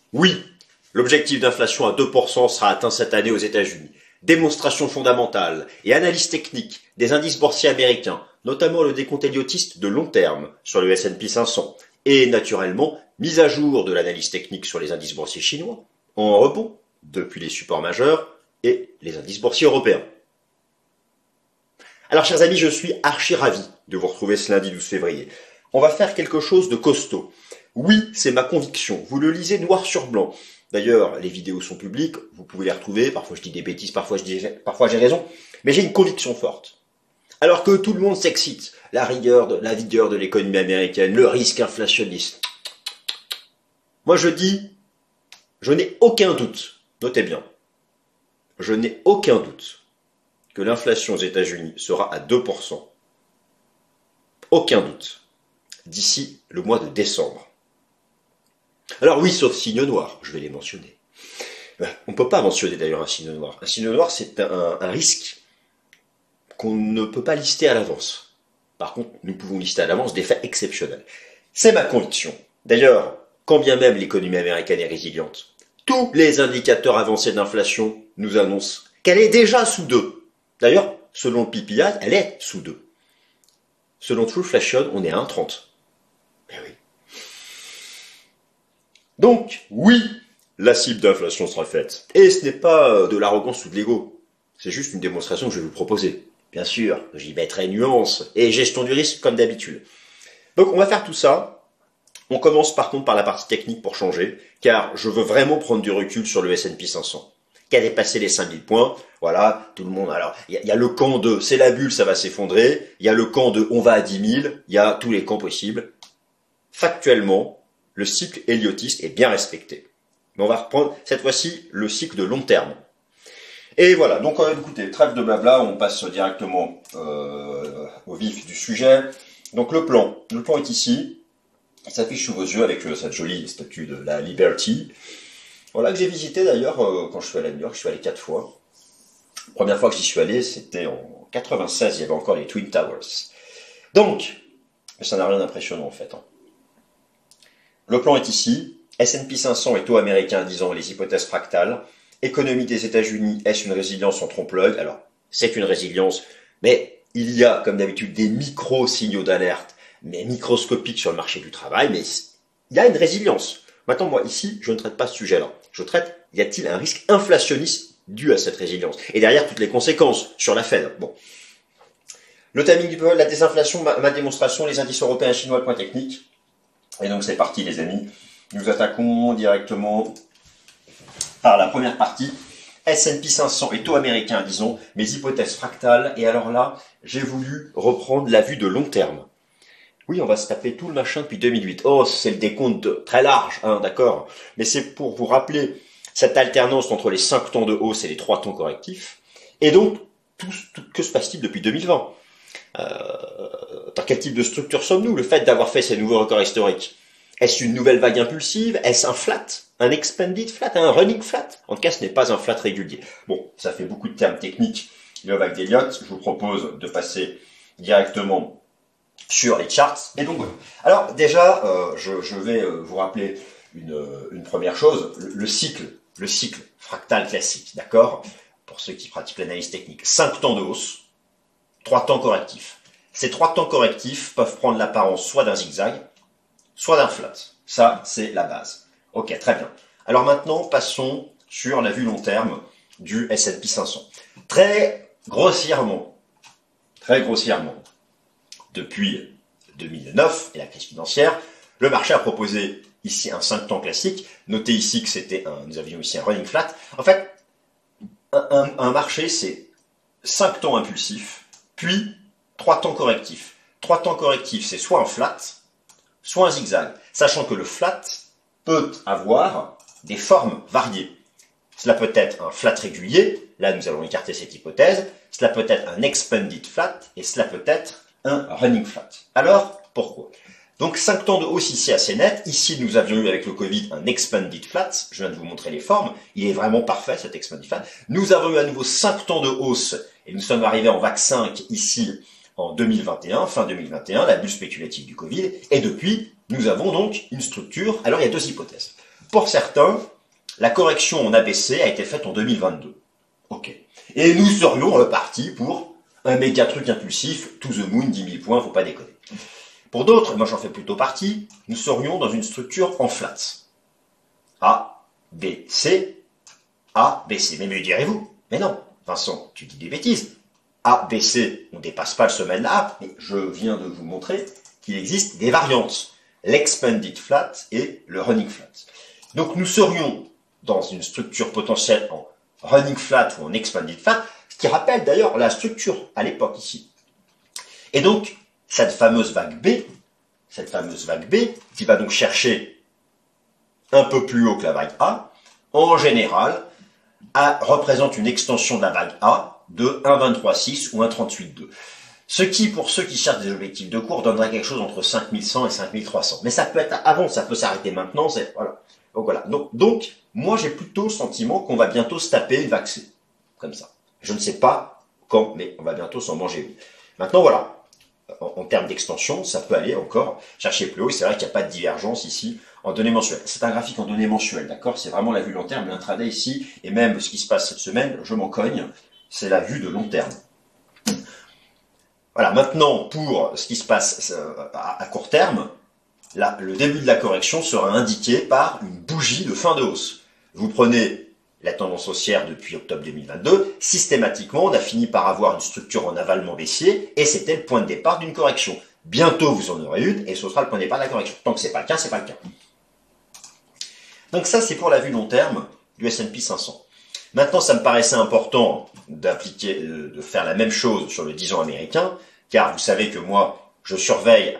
Oui, l'objectif d'inflation à 2% sera atteint cette année aux États-Unis. Démonstration fondamentale et analyse technique des indices boursiers américains, notamment le décompte héliotiste de long terme sur le S&P 500, et naturellement mise à jour de l'analyse technique sur les indices boursiers chinois, en rebond depuis les supports majeurs et les indices boursiers européens. Alors chers amis, je suis archi ravi de vous retrouver ce lundi 12 février. On va faire quelque chose de costaud. Oui, c'est ma conviction, vous le lisez noir sur blanc. D'ailleurs, les vidéos sont publiques, vous pouvez les retrouver, parfois je dis des bêtises, parfois j'ai raison, mais j'ai une conviction forte. Alors que tout le monde s'excite, la vigueur de l'économie américaine, le risque inflationniste. Moi je dis, je n'ai aucun doute, notez bien, je n'ai aucun doute que l'inflation aux États-Unis sera à 2%. Aucun doute. D'ici le mois de décembre. Alors oui, sauf signe noir, je vais les mentionner. On ne peut pas mentionner d'ailleurs un signe noir. Un signe noir, c'est un risque qu'on ne peut pas lister à l'avance. Par contre, nous pouvons lister à l'avance des faits exceptionnels. C'est ma conviction. D'ailleurs, quand bien même l'économie américaine est résiliente, tous les indicateurs avancés d'inflation nous annoncent qu'elle est déjà sous 2. D'ailleurs, selon le PPI, elle est sous 2. Selon Trueflation, on est à 1,30. Ben oui. Donc, oui, la cible d'inflation sera faite. Et ce n'est pas de l'arrogance ou de l'ego. C'est juste une démonstration que je vais vous proposer. Bien sûr, j'y mettrai nuance et gestion du risque comme d'habitude. Donc, on va faire tout ça. On commence par contre par la partie technique pour changer, car je veux vraiment prendre du recul sur le S&P 500. Qui a dépassé les 5000 points, voilà, tout le monde, alors, il y a le camp de c'est la bulle, ça va s'effondrer, il y a le camp de on va à 10 000, il y a tous les camps possibles. Factuellement, le cycle héliotiste est bien respecté. Mais on va reprendre cette fois-ci le cycle de long terme. Et voilà, donc écoutez, trêve de blabla, on passe directement au vif du sujet. Donc le plan est ici, il s'affiche sous vos yeux avec cette jolie statue de la Liberty. Voilà, que j'ai visité d'ailleurs quand je suis allé à New York, je suis allé 4 fois. La première fois que j'y suis allé, c'était en 96, il y avait encore les Twin Towers. Donc, ça n'a rien d'impressionnant en fait. Le plan est ici, S&P 500 et taux américain à 10 ans, les hypothèses fractales. Économie des États-Unis, est-ce une résilience en trompe-l'œil? Alors, c'est une résilience, mais il y a comme d'habitude des micro-signaux d'alerte, mais microscopiques sur le marché du travail, mais il y a une résilience. Maintenant, moi, ici, je ne traite pas ce sujet-là. Je traite, y a-t-il un risque inflationniste dû à cette résilience? Et derrière, toutes les conséquences sur la Fed. Bon. Le timing du Powell, la désinflation, ma démonstration, les indices européens et chinois, le point technique. Et donc, c'est parti, les amis. Nous attaquons directement par la première partie. S&P 500 et taux américain, disons, mes hypothèses fractales. Et alors là, j'ai voulu reprendre la vue de long terme. Oui, on va se taper tout le machin depuis 2008. Oh, c'est le décompte très large, hein, d'accord. Mais c'est pour vous rappeler cette alternance entre les 5 temps de hausse et les 3 temps correctifs. Et donc, que se passe-t-il depuis 2020 Dans quel type de structure sommes-nous? Le fait d'avoir fait ces nouveaux records historiques, est-ce une nouvelle vague impulsive? Est-ce un flat? Un expanded flat? Un running flat? En tout cas, ce n'est pas un flat régulier. Bon, ça fait beaucoup de termes techniques. Le vague d'Elliott, je vous propose de passer directement sur les charts. Et donc, alors déjà, je vais vous rappeler une première chose, le cycle fractal classique, d'accord? Pour ceux qui pratiquent l'analyse technique. 5 temps de hausse, 3 temps correctifs. Ces 3 temps correctifs peuvent prendre l'apparence soit d'un zigzag, soit d'un flat. Ça, c'est la base. Ok, très bien. Alors maintenant, passons sur la vue long terme du S&P 500. Très grossièrement, depuis 2009 et la crise financière, le marché a proposé ici un 5 temps classique. Notez ici que nous avions ici un running flat. En fait, un marché, c'est 5 temps impulsifs, puis 3 temps correctifs. 3 temps correctifs, c'est soit un flat, soit un zigzag. Sachant que le flat peut avoir des formes variées. Cela peut être un flat régulier, là nous allons écarter cette hypothèse. Cela peut être un expanded flat, et cela peut être un running flat. Alors, pourquoi? Donc 5 temps de hausse ici assez net. Ici, nous avions eu avec le Covid un expanded flat. Je viens de vous montrer les formes. Il est vraiment parfait, cet expanded flat. Nous avons eu à nouveau 5 temps de hausse et nous sommes arrivés en vague 5 ici en 2021, fin 2021, la bulle spéculative du Covid. Et depuis, nous avons donc une structure. Alors, il y a 2 hypothèses. Pour certains, la correction en ABC a été faite en 2022. Ok. Et nous serions repartis pour un méga truc impulsif, to the moon, 10 000 points, faut pas déconner. Pour d'autres, moi j'en fais plutôt partie, nous serions dans une structure en flats. A, B, C, A, B, C. Mais me direz-vous, mais non, Vincent, tu dis des bêtises. A, B, C, on ne dépasse pas le sommet de la A, mais je viens de vous montrer qu'il existe des variantes. L'expanded flat et le running flat. Donc nous serions dans une structure potentielle en running flat ou en expanded flat, ce qui rappelle d'ailleurs la structure à l'époque ici. Et donc, cette fameuse vague B, qui va donc chercher un peu plus haut que la vague A, en général, représente une extension de la vague A de 1,23,6 ou 1,38,2. Ce qui, pour ceux qui cherchent des objectifs de cours, donnerait quelque chose entre 5100 et 5300. Mais ça peut être avant, ça peut s'arrêter maintenant, voilà. Donc voilà. Donc, moi j'ai plutôt le sentiment qu'on va bientôt se taper une vague C. Comme ça. Je ne sais pas quand, mais on va bientôt s'en manger une. Maintenant voilà. En termes d'extension, ça peut aller encore chercher plus haut. Et c'est vrai qu'il n'y a pas de divergence ici en données mensuelles. C'est un graphique en données mensuelles, d'accord? C'est vraiment la vue long terme, l'intraday ici, et même ce qui se passe cette semaine, je m'en cogne, c'est la vue de long terme. Voilà, maintenant, pour ce qui se passe à court terme, là, le début de la correction sera indiqué par une bougie de fin de hausse. Vous prenez la tendance haussière depuis octobre 2022, systématiquement, on a fini par avoir une structure en avalement baissier, et c'était le point de départ d'une correction. Bientôt, vous en aurez une, et ce sera le point de départ de la correction. Tant que c'est pas le cas, c'est pas le cas. Donc ça, c'est pour la vue long terme du S&P 500. Maintenant, ça me paraissait important d'appliquer, de faire la même chose sur le 10 ans américain, car vous savez que moi, je surveille,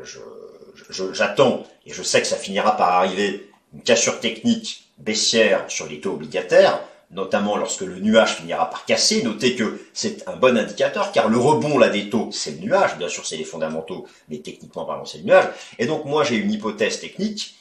j'attends, et je sais que ça finira par arriver, une cassure technique baissière sur les taux obligataires, notamment lorsque le nuage finira par casser. Notez que c'est un bon indicateur, car le rebond là des taux, c'est le nuage, bien sûr c'est les fondamentaux, mais techniquement parlant c'est le nuage. Et donc moi j'ai une hypothèse technique,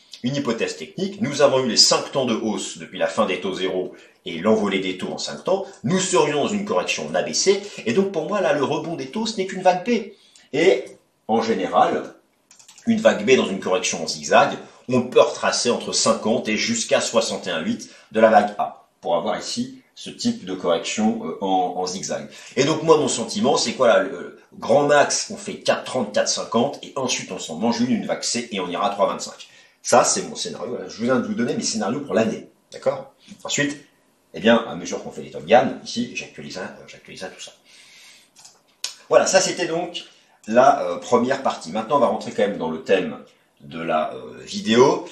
nous avons eu les 5 temps de hausse depuis la fin des taux zéro et l'envolée des taux en 5 temps, nous serions dans une correction en ABC, et donc pour moi là le rebond des taux ce n'est qu'une vague B. Et en général, une vague B dans une correction en zigzag, on peut retracer entre 50 et jusqu'à 61,8 de la vague A, pour avoir ici ce type de correction en zigzag. Et donc moi mon sentiment c'est quoi là, le grand max on fait 4,30, 4,50 et ensuite on s'en mange une vague C et on ira à 3,25. Ça c'est mon scénario, je viens de vous donner mes scénarios pour l'année, d'accord? Ensuite, eh bien à mesure qu'on fait les Top Gun, ici j'actualise tout ça. Voilà, ça c'était donc la première partie. Maintenant on va rentrer quand même dans le thème de la vidéo.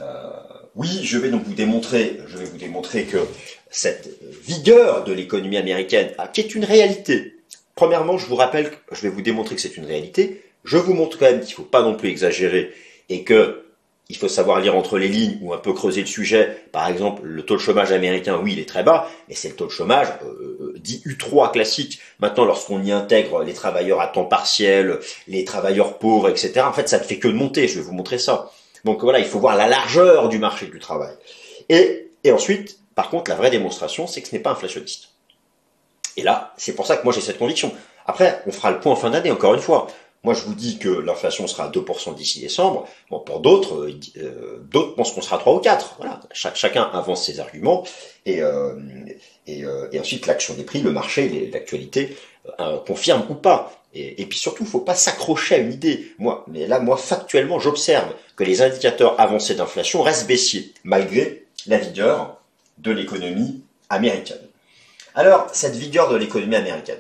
Oui, je vais vous démontrer que cette vigueur de l'économie américaine, qui est une réalité. Premièrement, je vous rappelle, je vais vous démontrer que c'est une réalité. Je vous montre quand même qu'il ne faut pas non plus exagérer et que il faut savoir lire entre les lignes ou un peu creuser le sujet. Par exemple, le taux de chômage américain, oui, il est très bas, mais c'est le taux de chômage dit U3 classique. Maintenant, lorsqu'on y intègre les travailleurs à temps partiel, les travailleurs pauvres, etc., en fait, ça ne fait que de monter. Je vais vous montrer ça. Donc voilà, il faut voir la largeur du marché du travail. Et ensuite, par contre, la vraie démonstration, c'est que ce n'est pas inflationniste. Et là, c'est pour ça que moi j'ai cette conviction. Après, on fera le point en fin d'année, encore une fois. Moi, je vous dis que l'inflation sera à 2% d'ici décembre. Bon, pour d'autres, d'autres pensent qu'on sera à 3 ou 4. Voilà, chacun avance ses arguments. Et ensuite, l'action des prix, le marché, l'actualité confirme ou pas. Et puis surtout, il ne faut pas s'accrocher à une idée. Moi, factuellement, j'observe que les indicateurs avancés d'inflation restent baissiers, malgré la vigueur de l'économie américaine. Alors, cette vigueur de l'économie américaine,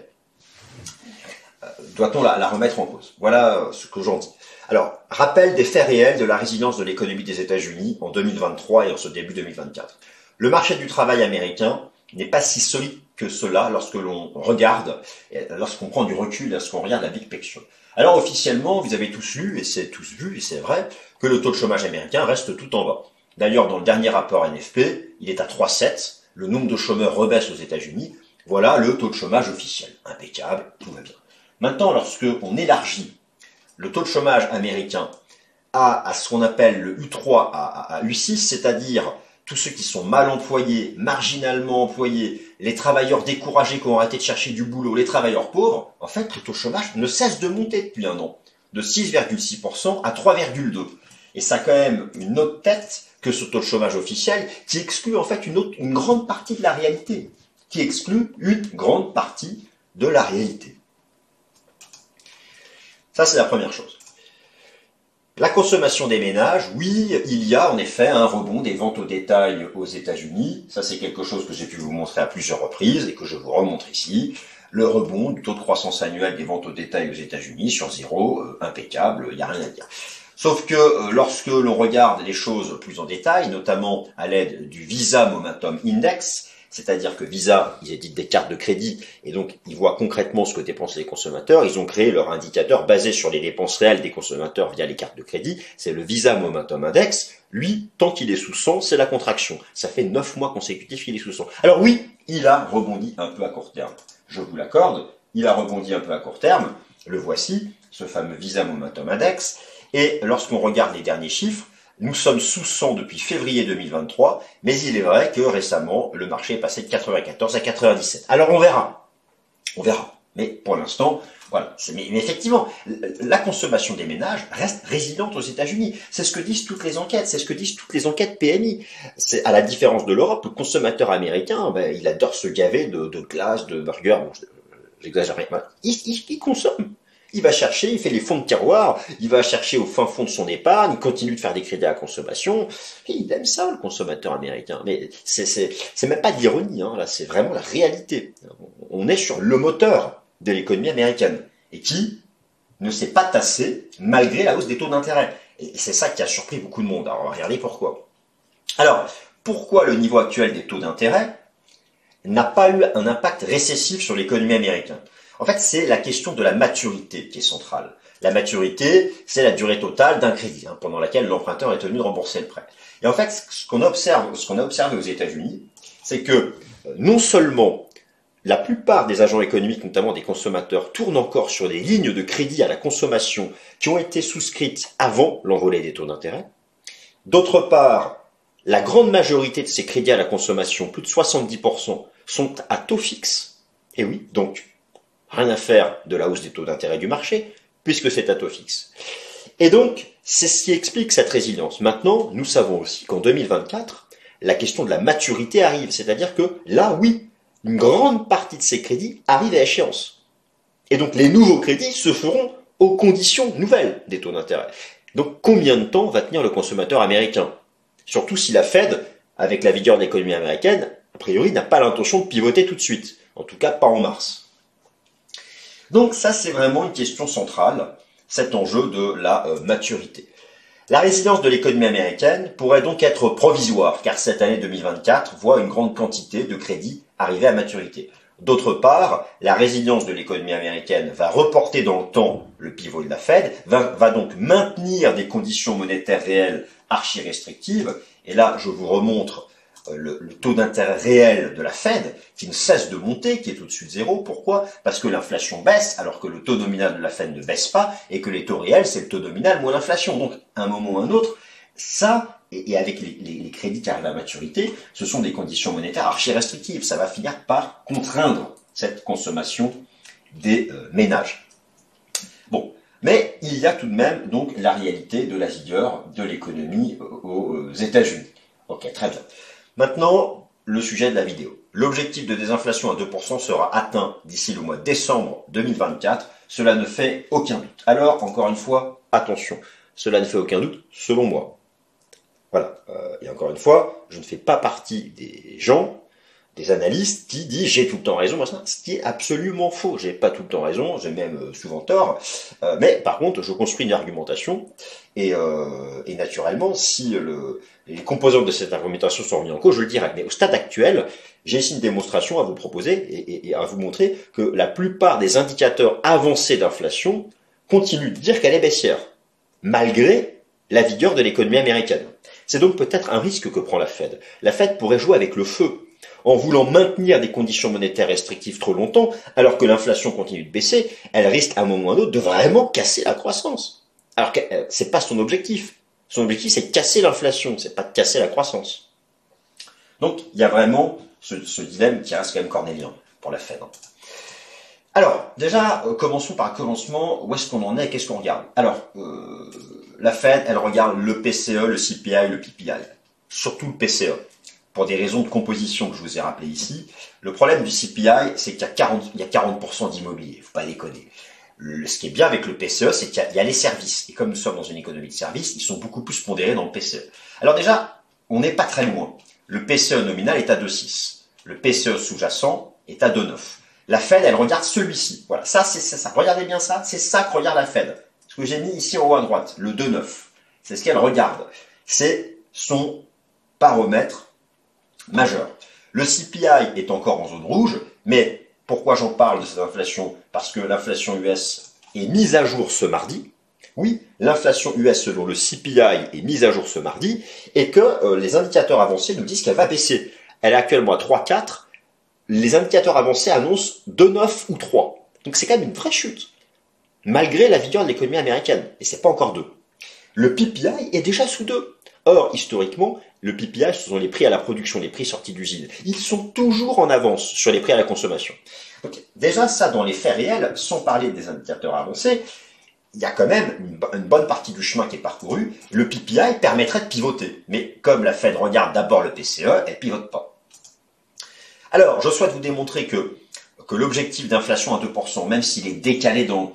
doit-on la remettre en cause? Voilà ce que j'en dis. Alors, rappel des faits réels de la résilience de l'économie des États-Unis en 2023 et en ce début 2024. Le marché du travail américain n'est pas si solide que cela lorsque l'on regarde, lorsqu'on prend du recul, lorsqu'on regarde la Big Picture. Alors officiellement, vous avez tous lu, et c'est tous vu, et c'est vrai, que le taux de chômage américain reste tout en bas. D'ailleurs, dans le dernier rapport NFP, il est à 3,7, le nombre de chômeurs rebaisse aux États-Unis, voilà le taux de chômage officiel. Impeccable, tout va bien. Maintenant, lorsque on élargit le taux de chômage américain à ce qu'on appelle le U3 à U6, c'est-à-dire tous ceux qui sont mal employés, marginalement employés, les travailleurs découragés qui ont arrêté de chercher du boulot, les travailleurs pauvres, en fait, le taux de chômage ne cesse de monter depuis un an, de 6,6% à 3,2%. Et ça a quand même une autre tête que ce taux de chômage officiel qui exclut en fait une grande partie de la réalité. Qui exclut une grande partie de la réalité. Ça, c'est la première chose. La consommation des ménages, oui, il y a en effet un rebond des ventes au détail aux États-Unis. Ça, c'est quelque chose que j'ai pu vous montrer à plusieurs reprises et que je vous remontre ici. Le rebond du taux de croissance annuel des ventes au détail aux États-Unis sur 0, impeccable, il n'y a rien à dire. Sauf que lorsque l'on regarde les choses plus en détail, notamment à l'aide du Visa Momentum Index, c'est-à-dire que Visa, ils éditent des cartes de crédit et donc ils voient concrètement ce que dépensent les consommateurs. Ils ont créé leur indicateur basé sur les dépenses réelles des consommateurs via les cartes de crédit. C'est le Visa Momentum Index. Lui, tant qu'il est sous 100, c'est la contraction. Ça fait 9 mois consécutifs qu'il est sous 100. Alors oui, il a rebondi un peu à court terme. Je vous l'accorde, il a rebondi un peu à court terme. Le voici, ce fameux Visa Momentum Index. Et lorsqu'on regarde les derniers chiffres, nous sommes sous 100 depuis février 2023, mais il est vrai que récemment, le marché est passé de 94 à 97. Alors on verra. On verra. Mais pour l'instant, voilà. Mais effectivement, la consommation des ménages reste résidente aux États-Unis. C'est ce que disent toutes les enquêtes. C'est ce que disent toutes les enquêtes PMI. C'est à la différence de l'Europe, le consommateur américain, il adore se gaver de glace, de burgers. Bon, j'exagère. Il consomme. Il va chercher, il fait les fonds de tiroir, il va chercher au fin fond de son épargne, il continue de faire des crédits à la consommation. Et il aime ça, le consommateur américain. Mais c'est même pas de l'ironie, hein, là, c'est vraiment la réalité. On est sur le moteur de l'économie américaine et qui ne s'est pas tassé malgré la hausse des taux d'intérêt. Et c'est ça qui a surpris beaucoup de monde. Alors on va regarder pourquoi. Alors, pourquoi le niveau actuel des taux d'intérêt n'a pas eu un impact récessif sur l'économie américaine? En fait, c'est la question de la maturité qui est centrale. La maturité, c'est la durée totale d'un crédit, pendant laquelle l'emprunteur est tenu de rembourser le prêt. Et en fait, ce qu'on a observé aux États-Unis, c'est que non seulement la plupart des agents économiques, notamment des consommateurs, tournent encore sur des lignes de crédit à la consommation qui ont été souscrites avant l'envolée des taux d'intérêt. D'autre part, la grande majorité de ces crédits à la consommation, plus de 70%, sont à taux fixe. Et oui, donc, rien à faire de la hausse des taux d'intérêt du marché, puisque c'est à taux fixe. Et donc, c'est ce qui explique cette résilience. Maintenant, nous savons aussi qu'en 2024, la question de la maturité arrive. C'est-à-dire que là, oui, une grande partie de ces crédits arrive à échéance. Et donc, les nouveaux crédits se feront aux conditions nouvelles des taux d'intérêt. Donc, combien de temps va tenir le consommateur américain? Surtout si la Fed, avec la vigueur de l'économie américaine, a priori, n'a pas l'intention de pivoter tout de suite. En tout cas, pas en mars. Donc ça, c'est vraiment une question centrale, cet enjeu de la maturité. La résilience de l'économie américaine pourrait donc être provisoire, car cette année 2024 voit une grande quantité de crédits arriver à maturité. D'autre part, la résilience de l'économie américaine va reporter dans le temps le pivot de la Fed, va donc maintenir des conditions monétaires réelles archi-restrictives, et là, je vous remontre le taux d'intérêt réel de la Fed, qui ne cesse de monter, qui est au-dessus de 0. Pourquoi? Parce que l'inflation baisse, alors que le taux nominal de la Fed ne baisse pas, et que les taux réels, c'est le taux nominal moins l'inflation. Donc, à un moment ou à un autre, ça, et avec les crédits qui arrivent à maturité, ce sont des conditions monétaires archi-restrictives. Ça va finir par contraindre cette consommation des ménages. Bon. Mais il y a tout de même donc la réalité de la vigueur de l'économie aux États-Unis. Ok, très bien. Maintenant, le sujet de la vidéo. L'objectif de désinflation à 2% sera atteint d'ici le mois de décembre 2024. Cela ne fait aucun doute. Alors, encore une fois, attention. Cela ne fait aucun doute, selon moi. Voilà. Et encore une fois, je ne fais pas partie des gens, des analystes qui disent j'ai tout le temps raison, ce qui est absolument faux. J'ai pas tout le temps raison, j'ai même souvent tort. Mais par contre, je construis une argumentation et naturellement, si les composantes de cette argumentation sont remises en cause, je le dirai. Mais au stade actuel, j'ai ici une démonstration à vous proposer et à vous montrer que la plupart des indicateurs avancés d'inflation continuent de dire qu'elle est baissière, malgré la vigueur de l'économie américaine. C'est donc peut-être un risque que prend la Fed. La Fed pourrait jouer avec le feu, en voulant maintenir des conditions monétaires restrictives trop longtemps, alors que l'inflation continue de baisser, elle risque à un moment ou à un autre de vraiment casser la croissance. Alors que c'est pas son objectif. Son objectif, c'est de casser l'inflation, c'est pas de casser la croissance. Donc, il y a vraiment ce dilemme qui reste quand même cornélien pour la Fed. Alors, déjà, commençons par le commencement. Où est-ce qu'on en est? Qu'est-ce qu'on regarde? Alors, la Fed, elle regarde le PCE, le CPI, le PPI. Surtout le PCE. Pour des raisons de composition que je vous ai rappelé ici. Le problème du CPI, c'est qu'il y a 40% d'immobilier. Faut pas déconner. Ce qui est bien avec le PCE, c'est qu'il y a les services. Et comme nous sommes dans une économie de services, ils sont beaucoup plus pondérés dans le PCE. Alors déjà, on n'est pas très loin. Le PCE nominal est à 2,6. Le PCE sous-jacent est à 2,9. La Fed, elle regarde celui-ci. Voilà, ça, c'est ça. Regardez bien ça. C'est ça que regarde la Fed. Ce que j'ai mis ici en haut à droite, le 2,9. C'est ce qu'elle regarde. C'est son paramètre majeur. Le CPI est encore en zone rouge, mais pourquoi j'en parle de cette inflation? Parce que l'inflation US est mise à jour ce mardi. Oui, l'inflation US selon le CPI est mise à jour ce mardi et que les indicateurs avancés nous disent qu'elle va baisser. Elle est actuellement à 3,4. Les indicateurs avancés annoncent 2,9 ou 3. Donc c'est quand même une vraie chute, malgré la vigueur de l'économie américaine. Et c'est pas encore 2. Le PPI est déjà sous 2. Or, historiquement, le PPI, ce sont les prix à la production, les prix sortis d'usine. Ils sont toujours en avance sur les prix à la consommation. Donc, déjà, ça, dans les faits réels, sans parler des indicateurs avancés, il y a quand même une bonne partie du chemin qui est parcouru. Le PPI permettrait de pivoter. Mais comme la Fed regarde d'abord le PCE, elle pivote pas. Alors, je souhaite vous démontrer que l'objectif d'inflation à 2%, même s'il est décalé dans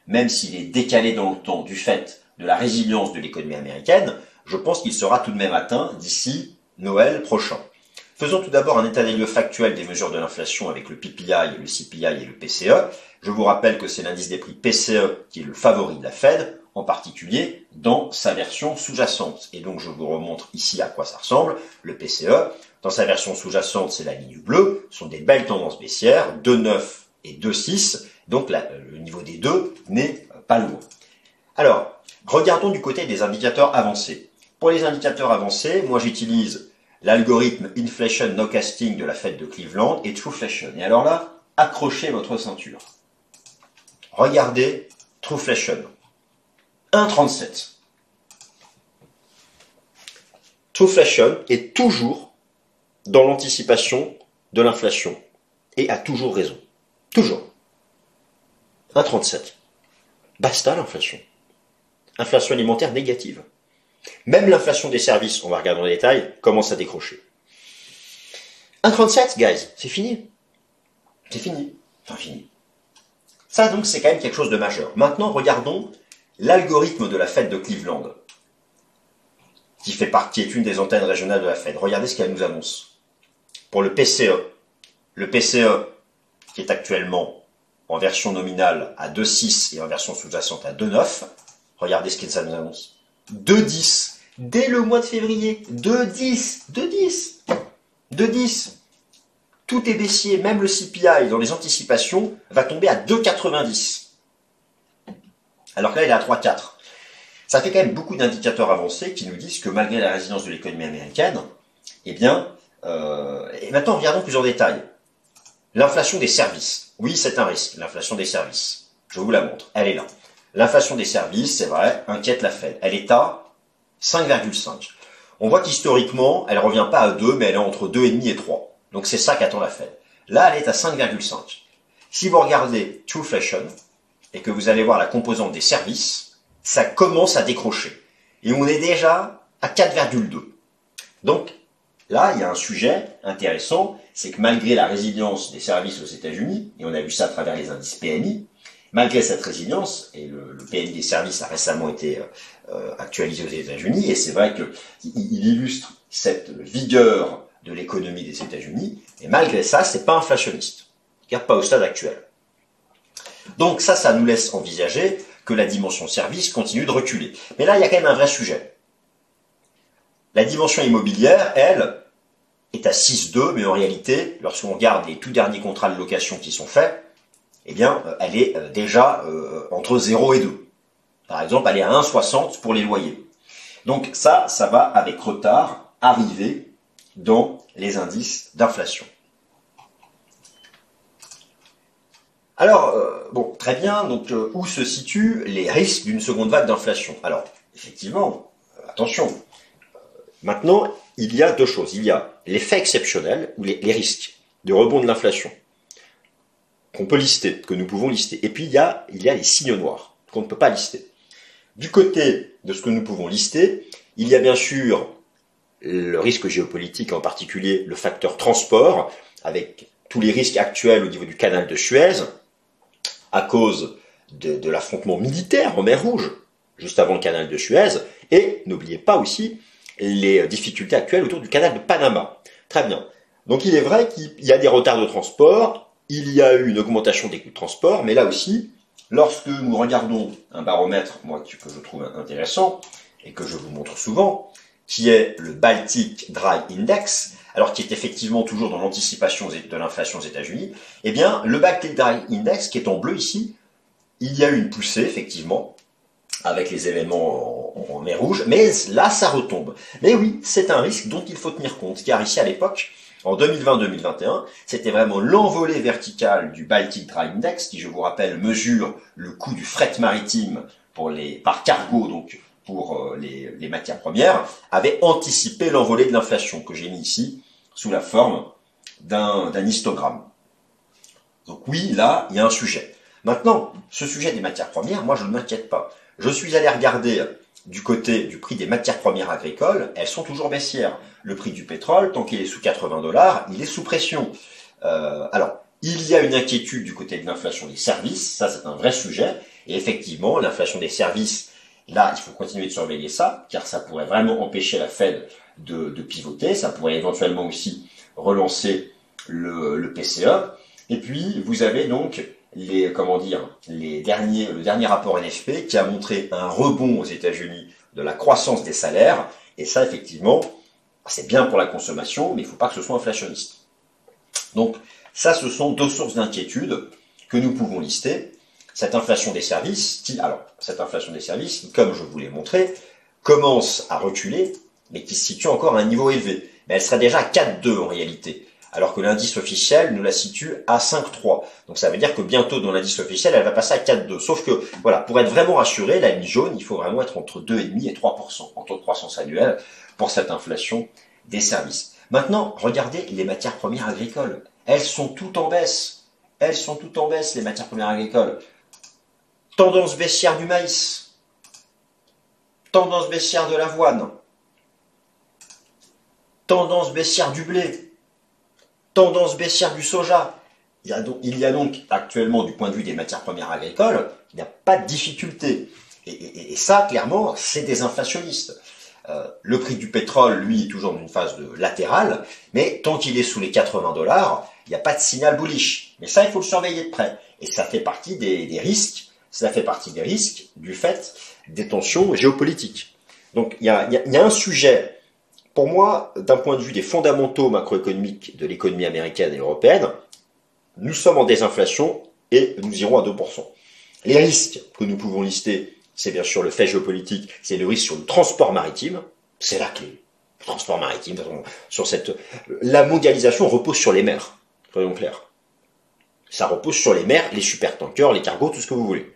le temps, du fait de la résilience de l'économie américaine, je pense qu'il sera tout de même atteint d'ici Noël prochain. Faisons tout d'abord un état des lieux factuel des mesures de l'inflation avec le PPI, le CPI et le PCE. Je vous rappelle que c'est l'indice des prix PCE qui est le favori de la Fed, en particulier dans sa version sous-jacente. Et donc je vous remontre ici à quoi ça ressemble, le PCE. Dans sa version sous-jacente, c'est la ligne bleue, ce sont des belles tendances baissières, 2,9 et 2,6, donc le niveau des deux n'est pas lourd. Alors, regardons du côté des indicateurs avancés. Pour les indicateurs avancés, moi j'utilise l'algorithme Inflation Nowcasting de la Fed de Cleveland et Trueflation. Et alors là, accrochez votre ceinture. Regardez Trueflation. 1,37. Trueflation est toujours dans l'anticipation de l'inflation et a toujours raison. Toujours. 1,37. Basta l'inflation. Inflation alimentaire négative. Même l'inflation des services, on va regarder dans les détails, commence à décrocher. 1,37, guys, c'est fini. C'est fini. Enfin, fini. Ça, donc, c'est quand même quelque chose de majeur. Maintenant, regardons l'algorithme de la Fed de Cleveland, qui est une des antennes régionales de la Fed. Regardez ce qu'elle nous annonce. Pour le PCE, qui est actuellement en version nominale à 2,6 et en version sous-jacente à 2,9, regardez ce que ça nous annonce. 2,10. Dès le mois de février. 2,10. 2,10. 2,10. Tout est baissier. Même le CPI, dans les anticipations, va tomber à 2,90. Alors que là, il est à 3,4. Ça fait quand même beaucoup d'indicateurs avancés qui nous disent que malgré la résilience de l'économie américaine, eh bien, et maintenant, regardons plusieurs détails. L'inflation des services. Oui, c'est un risque, l'inflation des services. Je vous la montre. Elle est là. L'inflation des services, c'est vrai, inquiète la Fed. Elle est à 5,5. On voit qu'historiquement, elle ne revient pas à 2, mais elle est entre 2,5 et 3. Donc c'est ça qu'attend la Fed. Là, elle est à 5,5. Si vous regardez Trueflation, et que vous allez voir la composante des services, ça commence à décrocher. Et on est déjà à 4,2. Donc là, il y a un sujet intéressant, c'est que malgré la résilience des services aux États-Unis, et on a vu ça à travers les indices PMI, malgré cette résilience, et le PMI des services a récemment été actualisé aux États-Unis, et c'est vrai qu'il illustre cette vigueur de l'économie des États-Unis, et malgré ça, c'est pas inflationniste. Regarde pas au stade actuel. Donc ça nous laisse envisager que la dimension service continue de reculer. Mais là, il y a quand même un vrai sujet. La dimension immobilière, elle, est à 6,2, mais en réalité, lorsqu'on regarde les tout derniers contrats de location qui sont faits, eh bien, elle est déjà entre 0 et 2. Par exemple, elle est à 1,60 pour les loyers. Donc ça va avec retard arriver dans les indices d'inflation. Alors, bon, très bien, donc où se situent les risques d'une seconde vague d'inflation? Alors, effectivement, attention, maintenant, il y a deux choses. Il y a l'effet exceptionnel, ou les risques de rebond de l'inflation, qu'on peut lister, que nous pouvons lister. Et puis il y a les signaux noirs qu'on ne peut pas lister. Du côté de ce que nous pouvons lister, il y a bien sûr le risque géopolitique, en particulier le facteur transport, avec tous les risques actuels au niveau du canal de Suez, à cause de l'affrontement militaire en mer Rouge, juste avant le canal de Suez, et n'oubliez pas aussi les difficultés actuelles autour du canal de Panama. Très bien. Donc il est vrai qu'il y a des retards de transport, il y a eu une augmentation des coûts de transport, mais là aussi, lorsque nous regardons un baromètre, moi que je trouve intéressant, et que je vous montre souvent, qui est le Baltic Dry Index, alors qui est effectivement toujours dans l'anticipation de l'inflation aux États-Unis, eh bien, le Baltic Dry Index, qui est en bleu ici, il y a eu une poussée, effectivement, avec les événements en mer Rouge, mais là, ça retombe. Mais oui, c'est un risque dont il faut tenir compte, car ici, à l'époque, en 2020-2021, c'était vraiment l'envolée verticale du Baltic Dry Index, qui, je vous rappelle, mesure le coût du fret maritime par cargo, donc pour les matières premières, avait anticipé l'envolée de l'inflation, que j'ai mis ici, sous la forme d'un histogramme. Donc oui, là, il y a un sujet. Maintenant, ce sujet des matières premières, moi, je ne m'inquiète pas. Je suis allé regarder du côté du prix des matières premières agricoles, elles sont toujours baissières. Le prix du pétrole, tant qu'il est sous 80 $, il est sous pression. Alors, il y a une inquiétude du côté de l'inflation des services, ça c'est un vrai sujet, et effectivement, l'inflation des services, là, il faut continuer de surveiller ça, car ça pourrait vraiment empêcher la Fed de pivoter, ça pourrait éventuellement aussi relancer le PCE. Et puis, vous avez donc le dernier rapport NFP qui a montré un rebond aux États-Unis de la croissance des salaires, et ça, effectivement, c'est bien pour la consommation, mais il ne faut pas que ce soit inflationniste. Donc, ça, ce sont deux sources d'inquiétude que nous pouvons lister. Cette inflation des services, comme je vous l'ai montré, commence à reculer, mais qui se situe encore à un niveau élevé. Mais elle serait déjà à 4,2 en réalité, alors que l'indice officiel nous la situe à 5,3. Donc ça veut dire que bientôt dans l'indice officiel, elle va passer à 4,2. Sauf que, voilà, pour être vraiment rassuré, la ligne jaune, il faut vraiment être entre 2,5 et 3% en taux de croissance annuelle pour cette inflation des services. Maintenant, regardez les matières premières agricoles. Elles sont toutes en baisse. Elles sont toutes en baisse, les matières premières agricoles. Tendance baissière du maïs. Tendance baissière de l'avoine. Tendance baissière du blé. Tendance baissière du soja. Il y a donc actuellement, du point de vue des matières premières agricoles, il n'y a pas de difficulté. Et ça, clairement, c'est des inflationnistes. Le prix du pétrole, lui, est toujours dans une phase de latérale, mais tant qu'il est sous les 80 $, il n'y a pas de signal bullish. Mais ça, il faut le surveiller de près. Et ça fait partie des risques. Ça fait partie des risques du fait des tensions géopolitiques. Donc, il y a un sujet. Pour moi, d'un point de vue des fondamentaux macroéconomiques de l'économie américaine et européenne, nous sommes en désinflation et nous irons à 2%. Les risques que nous pouvons lister, c'est bien sûr le fait géopolitique, c'est le risque sur le transport maritime, c'est la clé. Le transport maritime, la mondialisation repose sur les mers, soyons clairs. Ça repose sur les mers, les supertankers, les cargos, tout ce que vous voulez.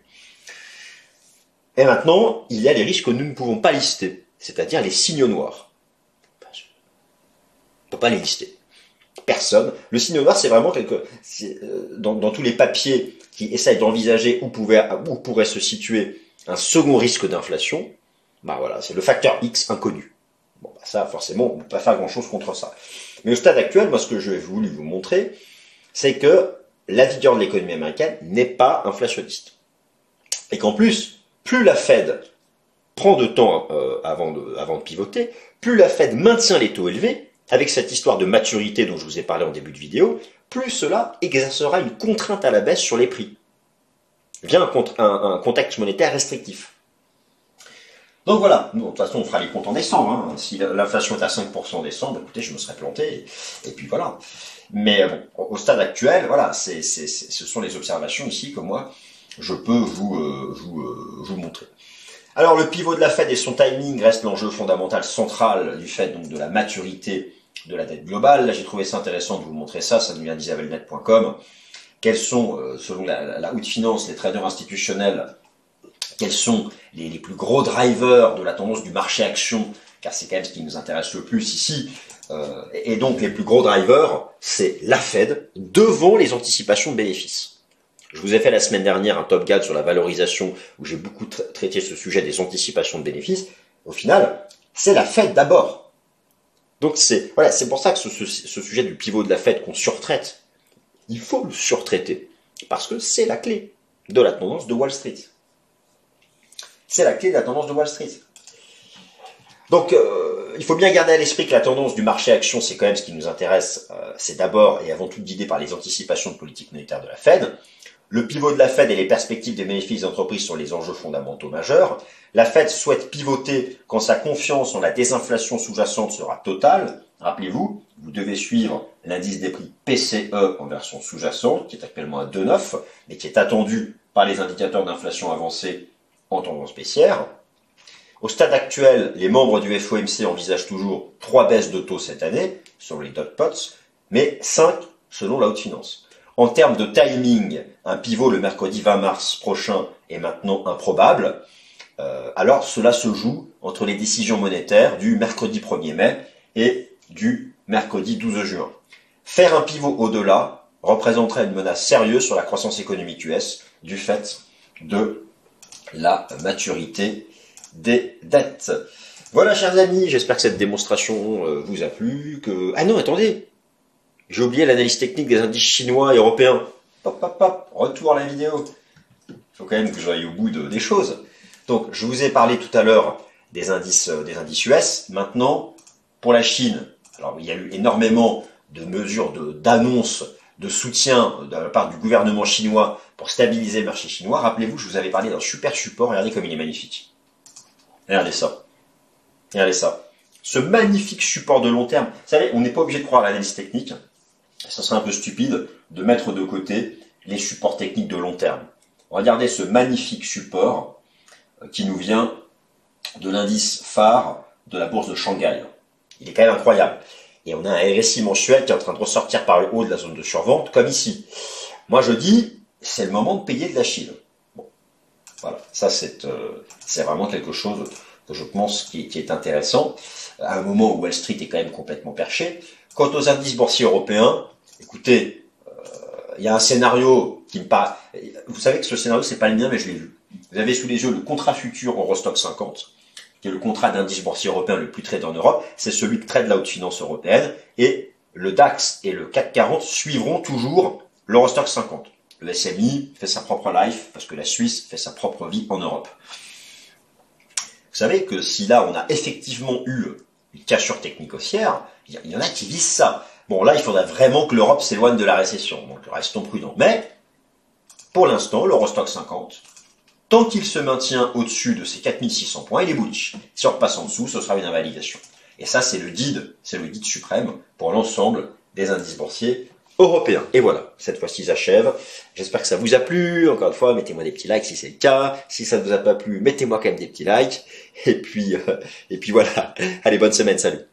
Et maintenant, il y a les risques que nous ne pouvons pas lister, c'est-à-dire les signaux noirs. On ne peut pas les lister. Personne. Le signe noir, c'est vraiment dans tous les papiers qui essayent d'envisager où pourrait se situer un second risque d'inflation, bah voilà, c'est le facteur X inconnu. Bon, bah ça, forcément, on ne peut pas faire grand-chose contre ça. Mais au stade actuel, moi, ce que je vais voulu vous montrer, c'est que la vigueur de l'économie américaine n'est pas inflationniste. Et qu'en plus, plus la Fed prend de temps avant de pivoter, plus la Fed maintient les taux élevés, avec cette histoire de maturité dont je vous ai parlé en début de vidéo, plus cela exercera une contrainte à la baisse sur les prix. Vient un contexte monétaire restrictif. Donc voilà, nous, de toute façon on fera les comptes en décembre. Hein. Si l'inflation est à 5% en décembre, écoutez, je me serais planté, et puis voilà. Mais bon, au stade actuel, voilà, ce sont les observations ici que moi, je peux vous montrer. Alors le pivot de la Fed et son timing reste l'enjeu fondamental central du fait donc de la maturité de la dette globale. Là j'ai trouvé ça intéressant de vous montrer ça nous vient d'isabelnet.com. Quels sont, selon la haute finance, les traders institutionnels, quels sont les plus gros drivers de la tendance du marché action, car c'est quand même ce qui nous intéresse le plus ici. Et donc les plus gros drivers, c'est la Fed devant les anticipations de bénéfices. Je vous ai fait la semaine dernière un top guide sur la valorisation où j'ai beaucoup traité ce sujet des anticipations de bénéfices. Au final, c'est la Fed d'abord. Donc c'est pour ça que ce sujet du pivot de la Fed qu'on surtraite, il faut le surtraiter parce que c'est la clé de la tendance de Wall Street. C'est la clé de la tendance de Wall Street. Donc, il faut bien garder à l'esprit que la tendance du marché action, c'est quand même ce qui nous intéresse. C'est d'abord et avant tout guidé par les anticipations de politique monétaire de la Fed. Le pivot de la Fed et les perspectives des bénéfices d'entreprise sont les enjeux fondamentaux majeurs. La Fed souhaite pivoter quand sa confiance en la désinflation sous-jacente sera totale. Rappelez-vous, vous devez suivre l'indice des prix PCE en version sous-jacente, qui est actuellement à 2,9, mais qui est attendu par les indicateurs d'inflation avancés en tendance baissière. Au stade actuel, les membres du FOMC envisagent toujours 3 baisses de taux cette année, selon les dot plots, mais 5 selon la haute finance. En termes de timing, un pivot le mercredi 20 mars prochain est maintenant improbable. Alors cela se joue entre les décisions monétaires du mercredi 1er mai et du mercredi 12 juin. Faire un pivot au-delà représenterait une menace sérieuse sur la croissance économique US du fait de la maturité des dettes. Voilà, chers amis, j'espère que cette démonstration vous a plu. Ah non, attendez, j'ai oublié l'analyse technique des indices chinois et européens. Retour à la vidéo. Il faut quand même que j'aille au bout des choses. Donc, je vous ai parlé tout à l'heure des indices US. Maintenant, pour la Chine, alors il y a eu énormément de mesures d'annonces de soutien de la part du gouvernement chinois pour stabiliser le marché chinois. Rappelez-vous, je vous avais parlé d'un super support. Regardez comme il est magnifique. Regardez ça. Regardez ça. Ce magnifique support de long terme. Vous savez, on n'est pas obligé de croire à l'analyse technique. Ça serait un peu stupide de mettre de côté les supports techniques de long terme. Regardez ce magnifique support qui nous vient de l'indice phare de la bourse de Shanghai. Il est quand même incroyable. Et on a un RSI mensuel qui est en train de ressortir par le haut de la zone de survente, comme ici. Moi, je dis, c'est le moment de payer de la Chine. Bon, voilà, ça c'est vraiment quelque chose que je pense qui est intéressant, à un moment où Wall Street est quand même complètement perché. Quant aux indices boursiers européens, écoutez, il y a un scénario qui me paraît... Vous savez que ce scénario, c'est pas le mien, mais je l'ai vu. Vous avez sous les yeux le contrat futur Eurostoxx 50, qui est le contrat d'indice boursier européen le plus tradé en Europe. C'est celui que trade la haute finance européenne. Et le DAX et le CAC 40 suivront toujours l'Eurostoxx 50. Le SMI fait sa propre life parce que la Suisse fait sa propre vie en Europe. Vous savez que si là, on a effectivement eu une cassure technique haussière, il y en a qui visent ça. Bon, là, il faudrait vraiment que l'Europe s'éloigne de la récession. Donc, restons prudents. Mais, pour l'instant, l'Eurostoxx 50, tant qu'il se maintient au-dessus de ces 4600 points, il est bullish. Si on repasse en dessous, ce sera une invalidation. Et ça, c'est le guide suprême pour l'ensemble des indices boursiers européens. Et voilà, cette fois-ci, j'achève. J'espère que ça vous a plu. Encore une fois, mettez-moi des petits likes si c'est le cas. Si ça ne vous a pas plu, mettez-moi quand même des petits likes. Et puis voilà. Allez, bonne semaine, salut.